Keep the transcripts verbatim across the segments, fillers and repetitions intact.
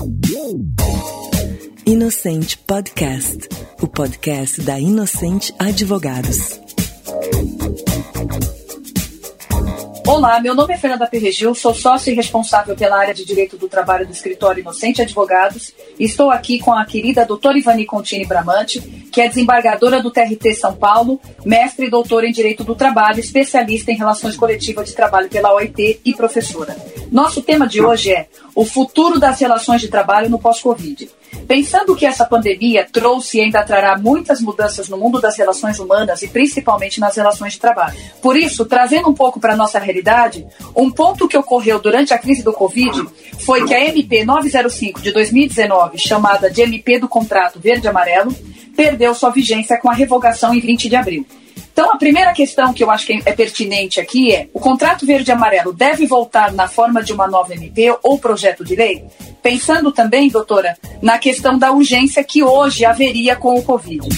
Inocente Podcast, o podcast da Inocente Advogados. Olá, meu nome é Fernanda Perregil, sou sócia e responsável pela área de Direito do Trabalho do Escritório Inocente Advogados e estou aqui com a querida doutora Ivani Contini Bramante, que é desembargadora do T R T São Paulo, mestre e doutora em Direito do Trabalho, especialista em Relações Coletivas de Trabalho pela O I T e professora. Nosso tema de hoje é o futuro das relações de trabalho no pós-Covid. Pensando que essa pandemia trouxe e ainda trará muitas mudanças no mundo das relações humanas e principalmente nas relações de trabalho. Por isso, trazendo um pouco para a nossa realidade, um ponto que ocorreu durante a crise do Covid foi que a M P novecentos e cinco de dois mil e dezenove, chamada de M P do Contrato Verde-Amarelo, perdeu sua vigência com a revogação em vinte de abril. Então, a primeira questão que eu acho que é pertinente aqui é: o contrato verde-amarelo deve voltar na forma de uma nova M P ou projeto de lei? Pensando também, doutora, na questão da urgência que hoje haveria com o Covid.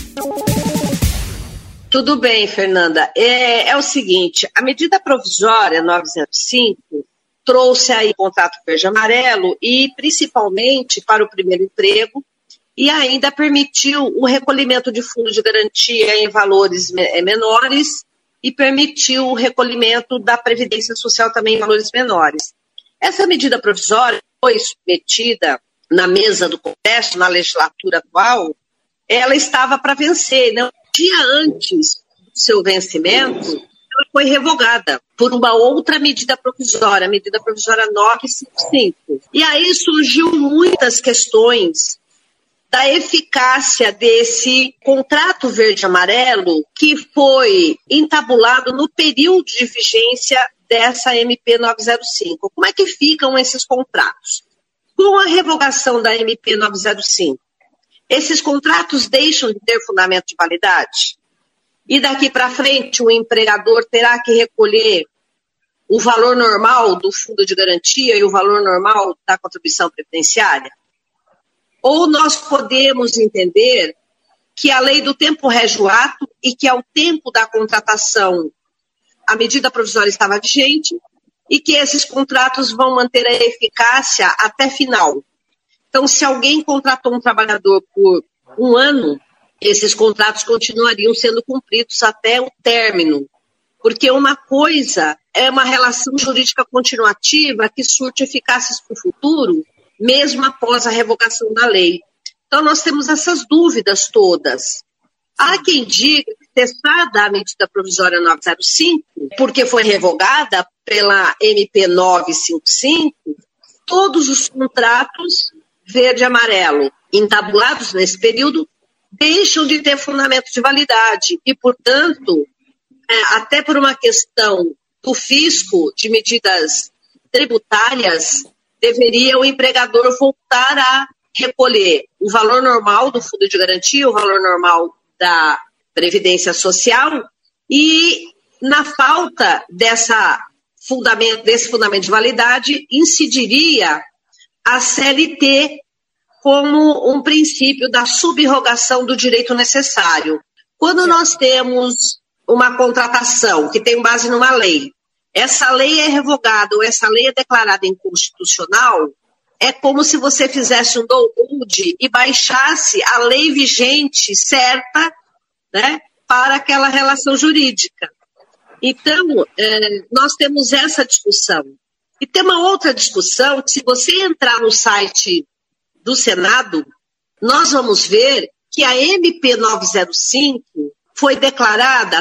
Tudo bem, Fernanda. É, é o seguinte, a medida provisória novecentos e cinco trouxe aí o contrato verde-amarelo e principalmente para o primeiro emprego, e ainda permitiu o recolhimento de fundo de garantia em valores menores e permitiu o recolhimento da Previdência Social também em valores menores. Essa medida provisória foi submetida na mesa do Congresso, na legislatura atual, ela estava para vencer. Né? Um dia antes do seu vencimento, ela foi revogada por uma outra medida provisória, a medida provisória novecentos e cinquenta e cinco. E aí surgiu muitas questões da eficácia desse contrato verde-amarelo que foi entabulado no período de vigência dessa M P novecentos e cinco. Como é que ficam esses contratos? Com a revogação da M P novecentos e cinco, esses contratos deixam de ter fundamento de validade? E daqui para frente o empregador terá que recolher o valor normal do fundo de garantia e o valor normal da contribuição previdenciária? Ou nós podemos entender que a lei do tempo rege o ato e que ao tempo da contratação a medida provisória estava vigente e que esses contratos vão manter a eficácia até final. Então, se alguém contratou um trabalhador por um ano, esses contratos continuariam sendo cumpridos até o término, porque uma coisa é uma relação jurídica continuativa que surte eficácias para o futuro, mesmo após a revogação da lei. Então, nós temos essas dúvidas todas. Há quem diga que, testada a medida provisória novecentos e cinco, porque foi revogada pela M P novecentos e cinquenta e cinco, todos os contratos verde e amarelo entabulados nesse período deixam de ter fundamento de validade e, portanto, é, até por uma questão do fisco de medidas tributárias, deveria o empregador voltar a recolher o valor normal do fundo de garantia, o valor normal da Previdência Social, e na falta dessa fundamento, desse fundamento de validade, incidiria a C L T como um princípio da subrogação do direito necessário. Quando nós temos uma contratação que tem base numa lei, essa lei é revogada ou essa lei é declarada inconstitucional, é como se você fizesse um download e baixasse a lei vigente certa, né, para aquela relação jurídica. Então, é, nós temos essa discussão. E tem uma outra discussão, que se você entrar no site do Senado, nós vamos ver que a M P novecentos e cinco foi declarada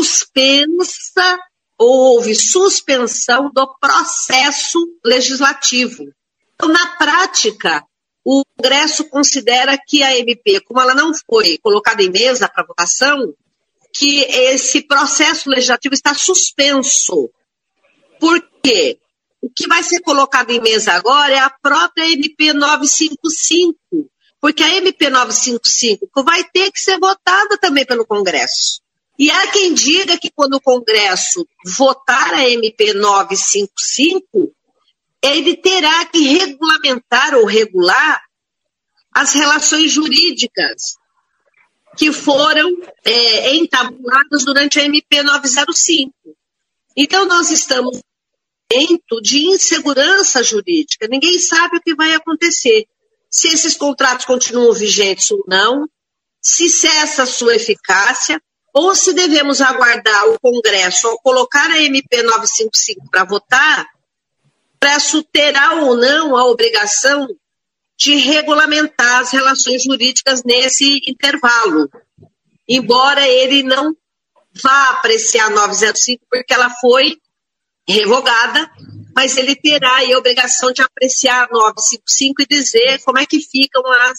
suspensa, houve suspensão do processo legislativo. Então, na prática, o Congresso considera que a M P, como ela não foi colocada em mesa para votação, que esse processo legislativo está suspenso. Por quê? O que vai ser colocado em mesa agora é a própria M P novecentos e cinquenta e cinco, porque a M P novecentos e cinquenta e cinco vai ter que ser votada também pelo Congresso. E há quem diga que quando o Congresso votar a M P novecentos e cinquenta e cinco, ele terá que regulamentar ou regular as relações jurídicas que foram é, entabuladas durante a M P novecentos e cinco. Então, nós estamos em um momento de insegurança jurídica. Ninguém sabe o que vai acontecer. se esses contratos continuam vigentes ou não, se cessa a sua eficácia, ou se devemos aguardar o Congresso, ao colocar a M P novecentos e cinquenta e cinco para votar, o Congresso terá ou não a obrigação de regulamentar as relações jurídicas nesse intervalo, embora ele não vá apreciar a novecentos e cinco, porque ela foi revogada, mas ele terá aí a obrigação de apreciar a novecentos e cinquenta e cinco e dizer como é que ficam as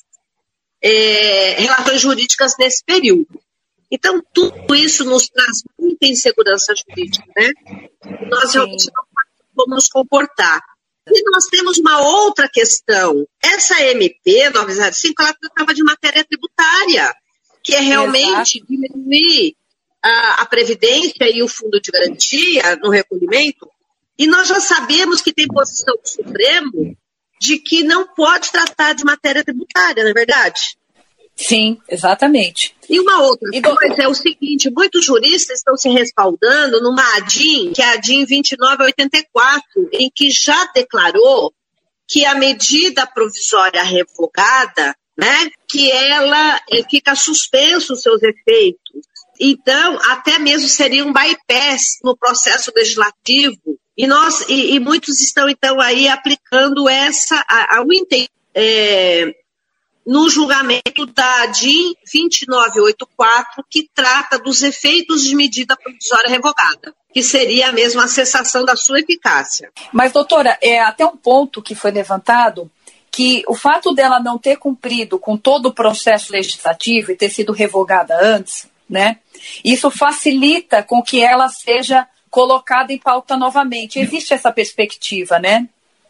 é, relações jurídicas nesse período. Então, tudo isso nos traz muita insegurança jurídica, né? Nós realmente não vamos nos comportar. E nós temos uma outra questão. Essa M P novecentos e cinco, ela tratava de matéria tributária, que é realmente Exato. diminuir a, a Previdência e o Fundo de Garantia no recolhimento. E nós já sabemos que tem posição do Supremo de que não pode tratar de matéria tributária, não é verdade? Sim, exatamente. E uma outra e coisa do... é o seguinte, muitos juristas estão se respaldando numa A D I M, que é a D I M vinte e nove oitenta e quatro, em que já declarou que a medida provisória revogada, né, que ela fica suspenso os seus efeitos. Então, até mesmo seria um bypass no processo legislativo. E, nós, e, e muitos estão, então, aí aplicando essa, a, a, o entendimento, é, no julgamento da D I M vinte e nove oitenta e quatro, que trata dos efeitos de medida provisória revogada, que seria mesmo a cessação da sua eficácia. Mas, doutora, é até um ponto que foi levantado, que o fato dela não ter cumprido com todo o processo legislativo e ter sido revogada antes, né, isso facilita com que ela seja colocada em pauta novamente. Existe essa perspectiva, né?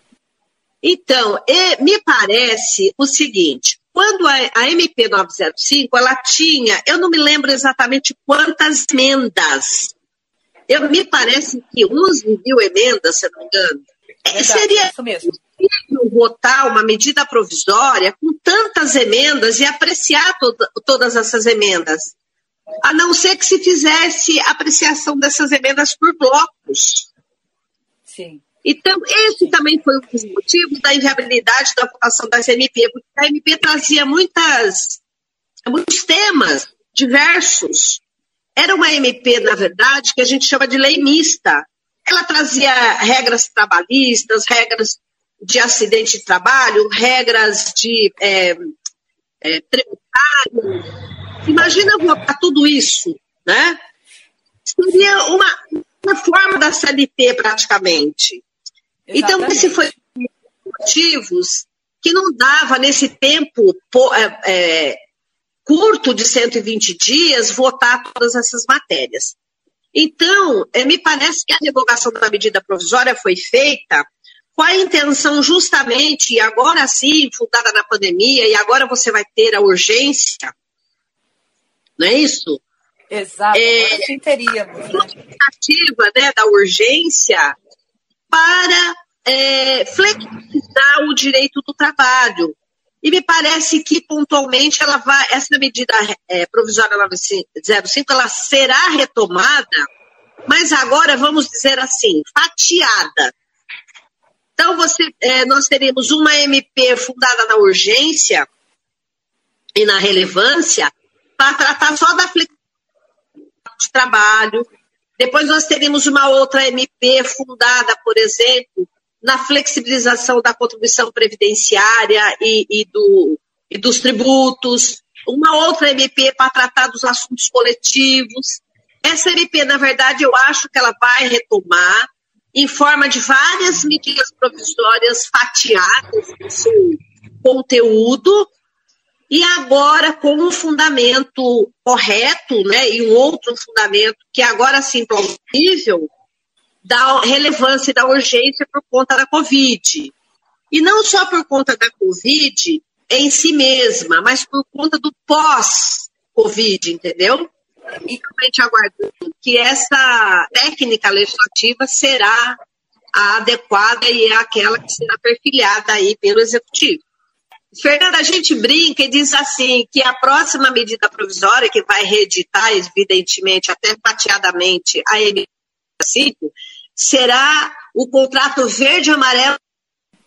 Então, é, me parece o seguinte, quando a, a M P novecentos e cinco, ela tinha, eu não me lembro exatamente quantas emendas, eu, me parece que onze mil emendas, se eu não me engano. É, seria isso mesmo. Possível votar uma medida provisória com tantas emendas e apreciar to, todas essas emendas, a não ser que se fizesse apreciação dessas emendas por blocos. Sim. Então, esse também foi um dos motivos da inviabilidade da votação das M P, porque a M P trazia muitas, muitos temas diversos. Era uma M P, na verdade, que a gente chama de lei mista. Ela trazia regras trabalhistas, regras de acidente de trabalho, regras de é, é, tributário. Imagina votar tudo isso, né? Seria uma, uma forma da C L T, praticamente. Exatamente. Então, esse foi um dos motivos que não dava, nesse tempo é, é, curto de cento e vinte dias, votar todas essas matérias. Então, é, me parece que a revogação da medida provisória foi feita com a intenção justamente, e agora sim, fundada na pandemia, e agora você vai ter a urgência, não é isso? Exato, é, assim teríamos. Né? A tentativa, né, da urgência para é, flexibilizar o direito do trabalho. E me parece que, pontualmente, ela vai, essa medida é, provisória novecentos e cinco, ela será retomada, mas agora, vamos dizer assim, fatiada. Então, você, é, nós teremos uma M P fundada na urgência e na relevância para tratar só da flexibilização de trabalho. Depois nós teremos uma outra M P fundada, por exemplo, na flexibilização da contribuição previdenciária e, e, do, e dos tributos. Uma outra M P para tratar dos assuntos coletivos. Essa M P, na verdade, eu acho que ela vai retomar em forma de várias medidas provisórias fatiadas no seu conteúdo, e agora com um fundamento correto, né, e um outro fundamento que agora sim plausível, da relevância e da urgência por conta da Covid. E não só por conta da Covid em si mesma, mas por conta do pós-Covid, entendeu? E realmente aguardando que essa técnica legislativa será a adequada e é aquela que será perfilhada aí pelo Executivo. Fernanda, a gente brinca e diz assim, que a próxima medida provisória, que vai reeditar, evidentemente, até fatiadamente, a M P cinco, será o contrato verde-amarelo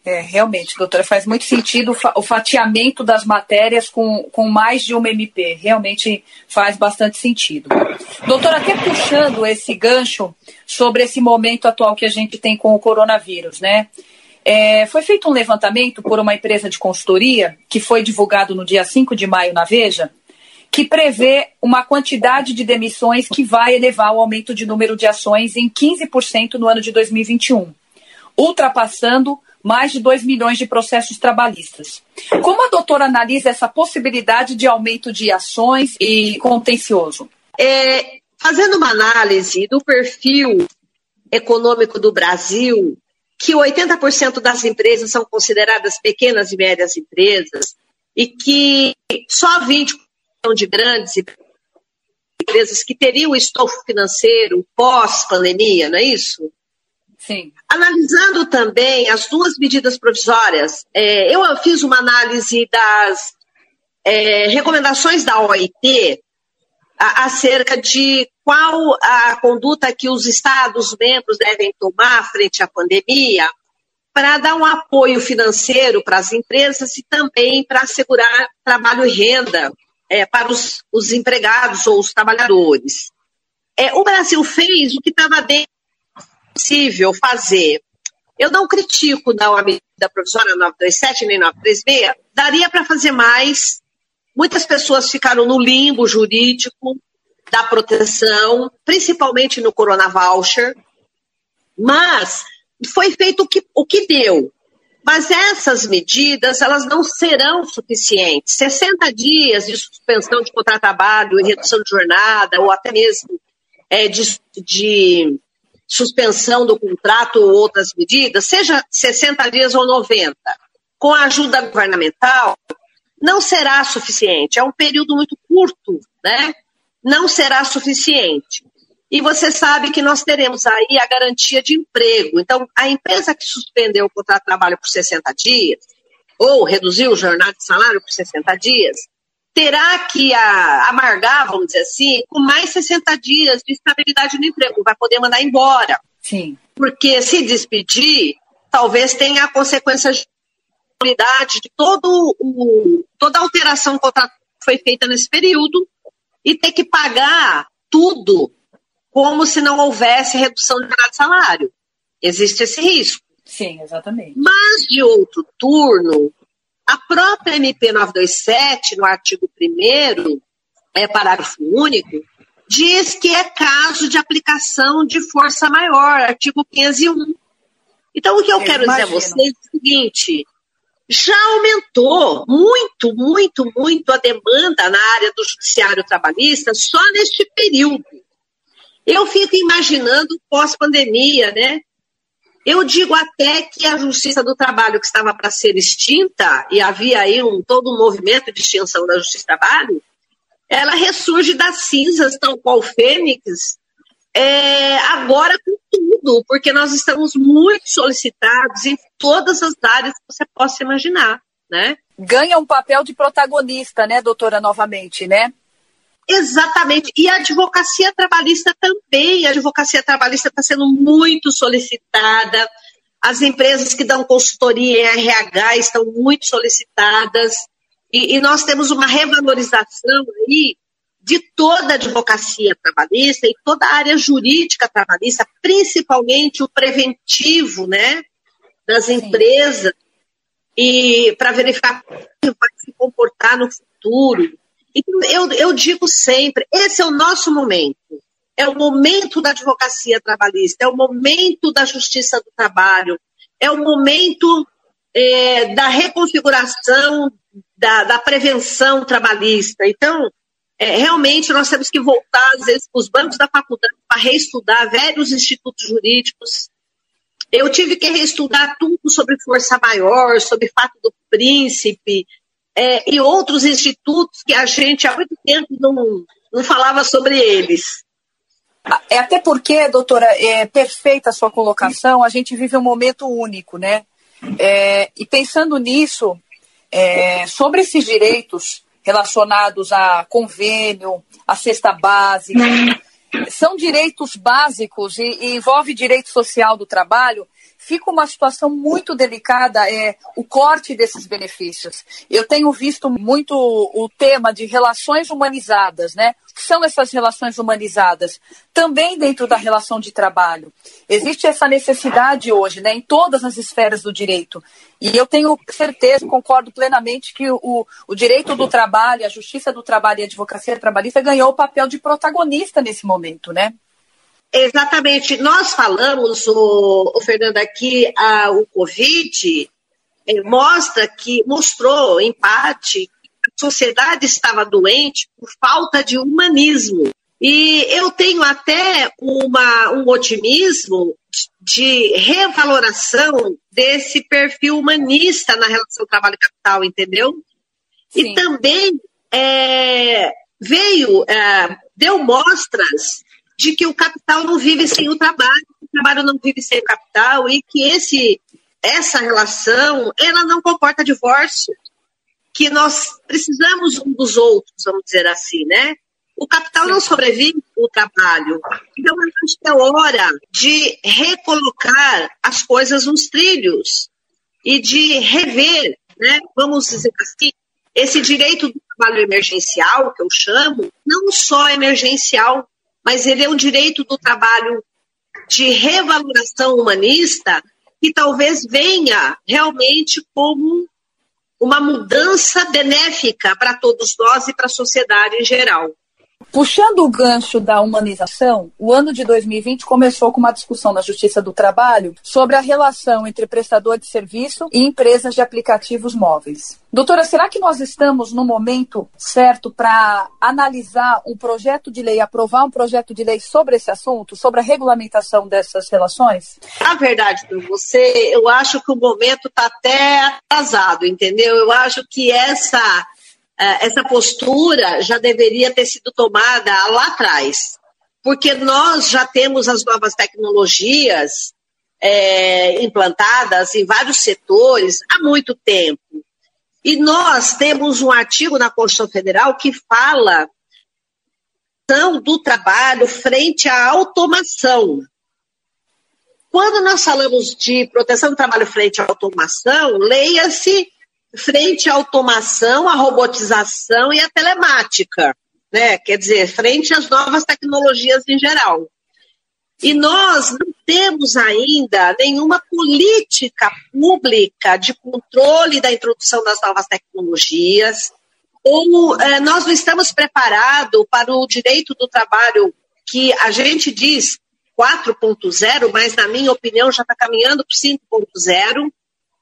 É, realmente, doutora, faz muito sentido o fatiamento das matérias com, com mais de uma M P. Realmente faz bastante sentido. Doutora, até puxando esse gancho sobre esse momento atual que a gente tem com o coronavírus, né? É, foi feito um levantamento por uma empresa de consultoria, que foi divulgado no dia cinco de maio na Veja, que prevê uma quantidade de demissões que vai elevar o aumento de número de ações em quinze por cento no ano de dois mil e vinte e um, ultrapassando mais de dois milhões de processos trabalhistas. Como a doutora analisa essa possibilidade de aumento de ações e contencioso? É, fazendo uma análise do perfil econômico do Brasil, que oitenta por cento das empresas são consideradas pequenas e médias empresas e que só vinte por cento são de grandes empresas que teriam estofo financeiro pós-pandemia, não é isso? Sim. Analisando também as duas medidas provisórias, é, eu fiz uma análise das é, recomendações da O I T a, acerca de qual a conduta que os Estados-membros devem tomar frente à pandemia para dar um apoio financeiro para as empresas e também para assegurar trabalho e renda é, para os, os empregados ou os trabalhadores. É, o Brasil fez o que estava bem possível fazer. Eu não critico não, a medida provisória nove dois sete nem nove três seis, daria para fazer mais. Muitas pessoas ficaram no limbo jurídico da proteção, principalmente no Corona Voucher, mas foi feito o que, o que deu. Mas essas medidas, elas não serão suficientes. sessenta dias de suspensão de contrato de trabalho, redução de jornada, ou até mesmo é, de, de suspensão do contrato ou outras medidas, seja sessenta dias ou noventa, com a ajuda governamental, não será suficiente. É um período muito curto, né? Não será suficiente. E você sabe que nós teremos aí a garantia de emprego. Então, a empresa que suspendeu o contrato de trabalho por sessenta dias, ou reduziu o jornada de salário por sessenta dias, terá que a, amargar, vamos dizer assim, com mais sessenta dias de estabilidade no emprego. Vai poder mandar embora. Sim. Porque se despedir, talvez tenha a consequência de de todo o, toda a alteração contratual que foi feita nesse período e ter que pagar tudo como se não houvesse redução de salário. Existe esse risco. Sim, exatamente. Mas, de outro turno, a própria M P nove dois sete, no artigo primeiro, é, parágrafo único, diz que é caso de aplicação de força maior, artigo quinhentos e um. Então, o que eu, eu quero imagino. dizer a vocês é o seguinte: já aumentou muito, muito, muito a demanda na área do judiciário trabalhista só neste período. Eu fico imaginando pós-pandemia, né? Eu digo até que a Justiça do Trabalho, que estava para ser extinta, e havia aí um, todo um movimento de extinção da Justiça do Trabalho, ela ressurge das cinzas, tal qual o Fênix, é, agora com tudo, porque nós estamos muito solicitados em todas as áreas que você possa imaginar, né? Ganha um papel de protagonista, né, doutora, novamente, né? Exatamente, e a advocacia trabalhista também, a advocacia trabalhista está sendo muito solicitada, as empresas que dão consultoria em R H estão muito solicitadas, e, e nós temos uma revalorização aí de toda a advocacia trabalhista e toda a área jurídica trabalhista, principalmente o preventivo, né, das Sim. empresas, e para verificar como vai se comportar no futuro. Então, eu, eu digo sempre, esse é o nosso momento, é o momento da advocacia trabalhista, é o momento da justiça do trabalho, é o momento é, da reconfiguração da, da prevenção trabalhista. Então, é, realmente nós temos que voltar, às vezes, para os bancos da faculdade para reestudar velhos institutos jurídicos. Eu tive que reestudar tudo sobre força maior, sobre fato do príncipe, É, e outros institutos que a gente há muito tempo não, não falava sobre eles. É até porque, doutora, é perfeita a sua colocação, a gente vive um momento único, né? É, e pensando nisso, é, sobre esses direitos relacionados a convênio, a cesta básica, são direitos básicos e, e envolve direito social do trabalho fica uma situação muito delicada, é, o corte desses benefícios. Eu tenho visto muito o tema de relações humanizadas, né? O que são essas relações humanizadas? Também dentro da relação de trabalho. Existe essa necessidade hoje, né, em todas as esferas do direito. E eu tenho certeza, concordo plenamente, que o, o direito do trabalho, a justiça do trabalho e a advocacia trabalhista ganhou o papel de protagonista nesse momento, né? Exatamente. Nós falamos, o, o Fernanda, que a, o Covid eh, mostra que, mostrou, em parte, que a sociedade estava doente por falta de humanismo. E eu tenho até uma, um otimismo de revaloração desse perfil humanista na relação trabalho-capital, entendeu? Sim. E também é, veio, é, deu mostras de que o capital não vive sem o trabalho, o trabalho não vive sem o capital, e que esse, essa relação, ela não comporta divórcio, que nós precisamos um dos outros, vamos dizer assim, né? O capital Sim. não sobrevive ao trabalho. Então, eu acho que é hora de recolocar as coisas nos trilhos e de rever, né? Vamos dizer assim, esse direito do trabalho emergencial, que eu chamo, não só emergencial, mas ele é um direito do trabalho de revaloração humanista que talvez venha realmente como uma mudança benéfica para todos nós e para a sociedade em geral. Puxando o gancho da humanização, o ano de dois mil e vinte começou com uma discussão na Justiça do Trabalho sobre a relação entre prestador de serviço e empresas de aplicativos móveis. Doutora, será que nós estamos no momento certo para analisar um projeto de lei, aprovar um projeto de lei sobre esse assunto, sobre a regulamentação dessas relações? Na verdade, você, eu acho que o momento está até atrasado, entendeu? Eu acho que essa... essa postura já deveria ter sido tomada lá atrás, porque nós já temos as novas tecnologias é, implantadas em vários setores há muito tempo. E nós temos um artigo na Constituição Federal que fala do trabalho frente à automação. Quando nós falamos de proteção do trabalho frente à automação, leia-se frente à automação, à robotização e à telemática, né? Quer dizer, frente às novas tecnologias em geral. E nós não temos ainda nenhuma política pública de controle da introdução das novas tecnologias, ou é, nós não estamos preparados para o direito do trabalho que a gente diz quatro ponto zero, mas na minha opinião já está caminhando para o cinco ponto zero,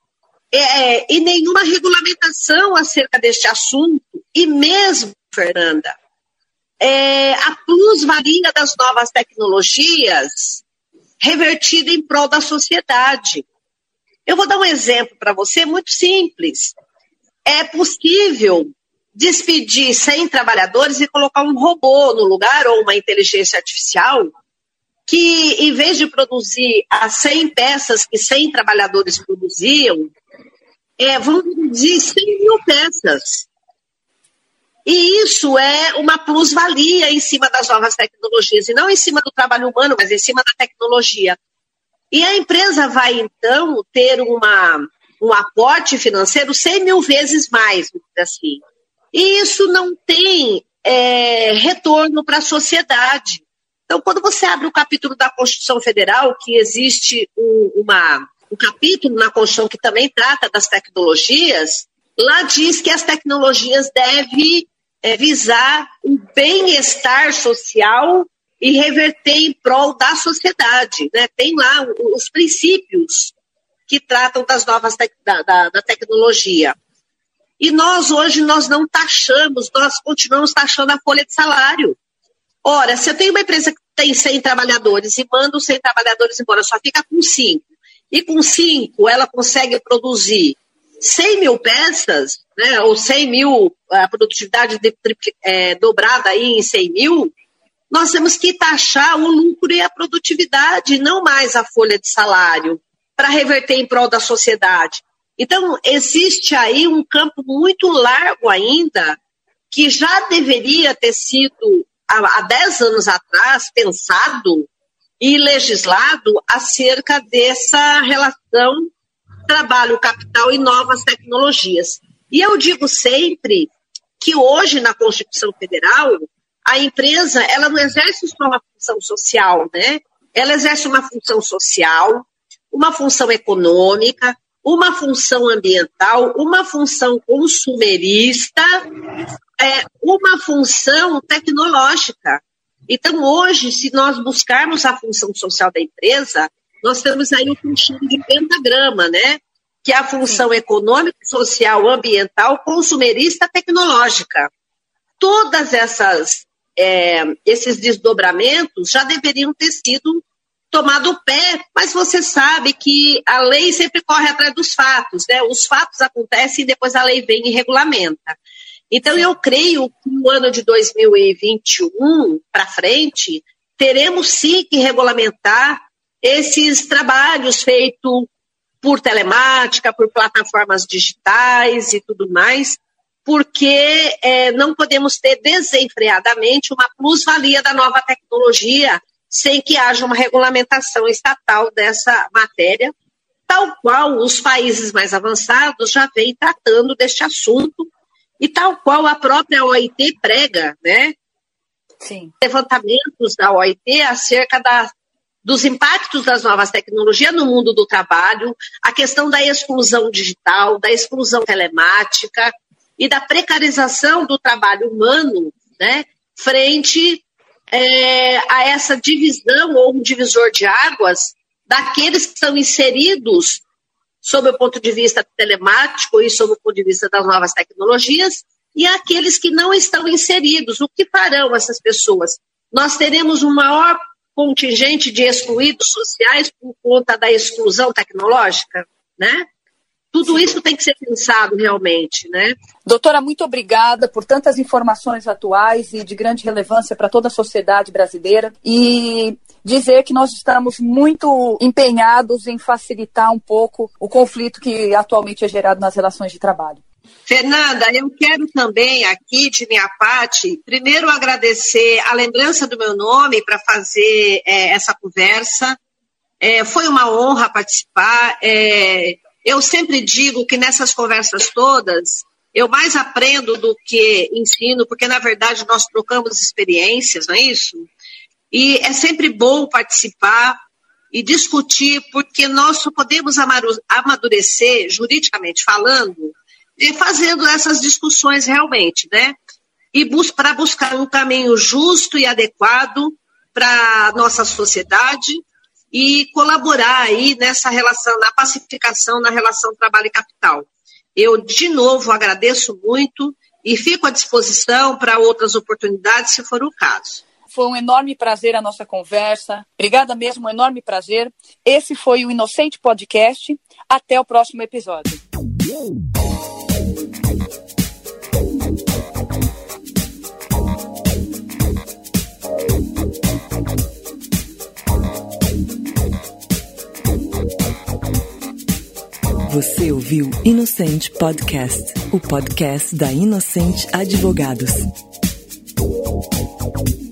É, e nenhuma regulamentação acerca deste assunto, e mesmo, Fernanda, é, a plusvalia das novas tecnologias revertida em prol da sociedade. Eu vou dar um exemplo para você muito simples. É possível despedir cem trabalhadores e colocar um robô no lugar, ou uma inteligência artificial, que em vez de produzir as cem peças que cem trabalhadores produziam, É, vão produzir cem mil peças. E isso é uma plusvalia em cima das novas tecnologias, e não em cima do trabalho humano, mas em cima da tecnologia. E a empresa vai, então, ter uma, um aporte financeiro cem mil vezes mais, assim. E isso não tem é, retorno para a sociedade. Então, quando você abre o capítulo da Constituição Federal, que existe um, uma... o capítulo na Constituição que também trata das tecnologias, lá diz que as tecnologias devem é, visar o bem-estar social e reverter em prol da sociedade, né? Tem lá os princípios que tratam das novas te- da, da, da tecnologia. E nós hoje nós não taxamos, nós continuamos taxando a folha de salário. Ora, se eu tenho uma empresa que tem cem trabalhadores e manda os cem trabalhadores embora, só fica com cinco. E com cinco ela consegue produzir cem mil peças, né, ou cem mil, a produtividade de, é, dobrada aí em cem mil, nós temos que taxar o lucro e a produtividade, não mais a folha de salário, para reverter em prol da sociedade. Então, existe aí um campo muito largo ainda, que já deveria ter sido, há dez anos atrás, pensado, e legislado acerca dessa relação trabalho, capital e novas tecnologias. E eu digo sempre que hoje, na Constituição Federal, a empresa ela não exerce só uma função social, né? Ela exerce uma função social, uma função econômica, uma função ambiental, uma função consumerista, é, uma função tecnológica. Então, hoje, se nós buscarmos a função social da empresa, nós temos aí um conjunto de pentagrama, né? Que é a função econômica, social, ambiental, consumerista, tecnológica. Todas essas é, esses desdobramentos já deveriam ter sido tomado o pé, mas você sabe que a lei sempre corre atrás dos fatos, né? Os fatos acontecem e depois a lei vem e regulamenta. Então, eu creio que no ano de dois mil e vinte e um para frente, teremos sim que regulamentar esses trabalhos feitos por telemática, por plataformas digitais e tudo mais, porque é, não podemos ter desenfreadamente uma plusvalia da nova tecnologia sem que haja uma regulamentação estatal dessa matéria, tal qual os países mais avançados já vêm tratando deste assunto e tal qual a própria O I T prega, né? Sim. Levantamentos da O I T acerca da, dos impactos das novas tecnologias no mundo do trabalho, a questão da exclusão digital, da exclusão telemática e da precarização do trabalho humano, né? Frente É, a essa divisão ou um divisor de águas daqueles que são inseridos sob o ponto de vista telemático e sob o ponto de vista das novas tecnologias e aqueles que não estão inseridos. O que farão essas pessoas? Nós teremos um maior contingente de excluídos sociais por conta da exclusão tecnológica, né? Tudo isso tem que ser pensado realmente, né? Doutora, muito obrigada por tantas informações atuais e de grande relevância para toda a sociedade brasileira e dizer que nós estamos muito empenhados em facilitar um pouco o conflito que atualmente é gerado nas relações de trabalho. Fernanda, eu quero também aqui, de minha parte, primeiro agradecer a lembrança do meu nome para fazer é, essa conversa. É, foi uma honra participar. É, Eu sempre digo que nessas conversas todas, eu mais aprendo do que ensino, porque, na verdade, nós trocamos experiências, não é isso? E é sempre bom participar e discutir, porque nós só podemos amadurecer, juridicamente falando, fazendo essas discussões realmente, né? E bus- para buscar um caminho justo e adequado para a nossa sociedade, e colaborar aí nessa relação, na pacificação, na relação trabalho e capital. Eu, de novo, agradeço muito e fico à disposição para outras oportunidades, se for o caso. Foi um enorme prazer a nossa conversa. Obrigada mesmo, um enorme prazer. Esse foi o Inocente Podcast. Até o próximo episódio. Você ouviu Inocente Podcast, o podcast da Inocente Advogados.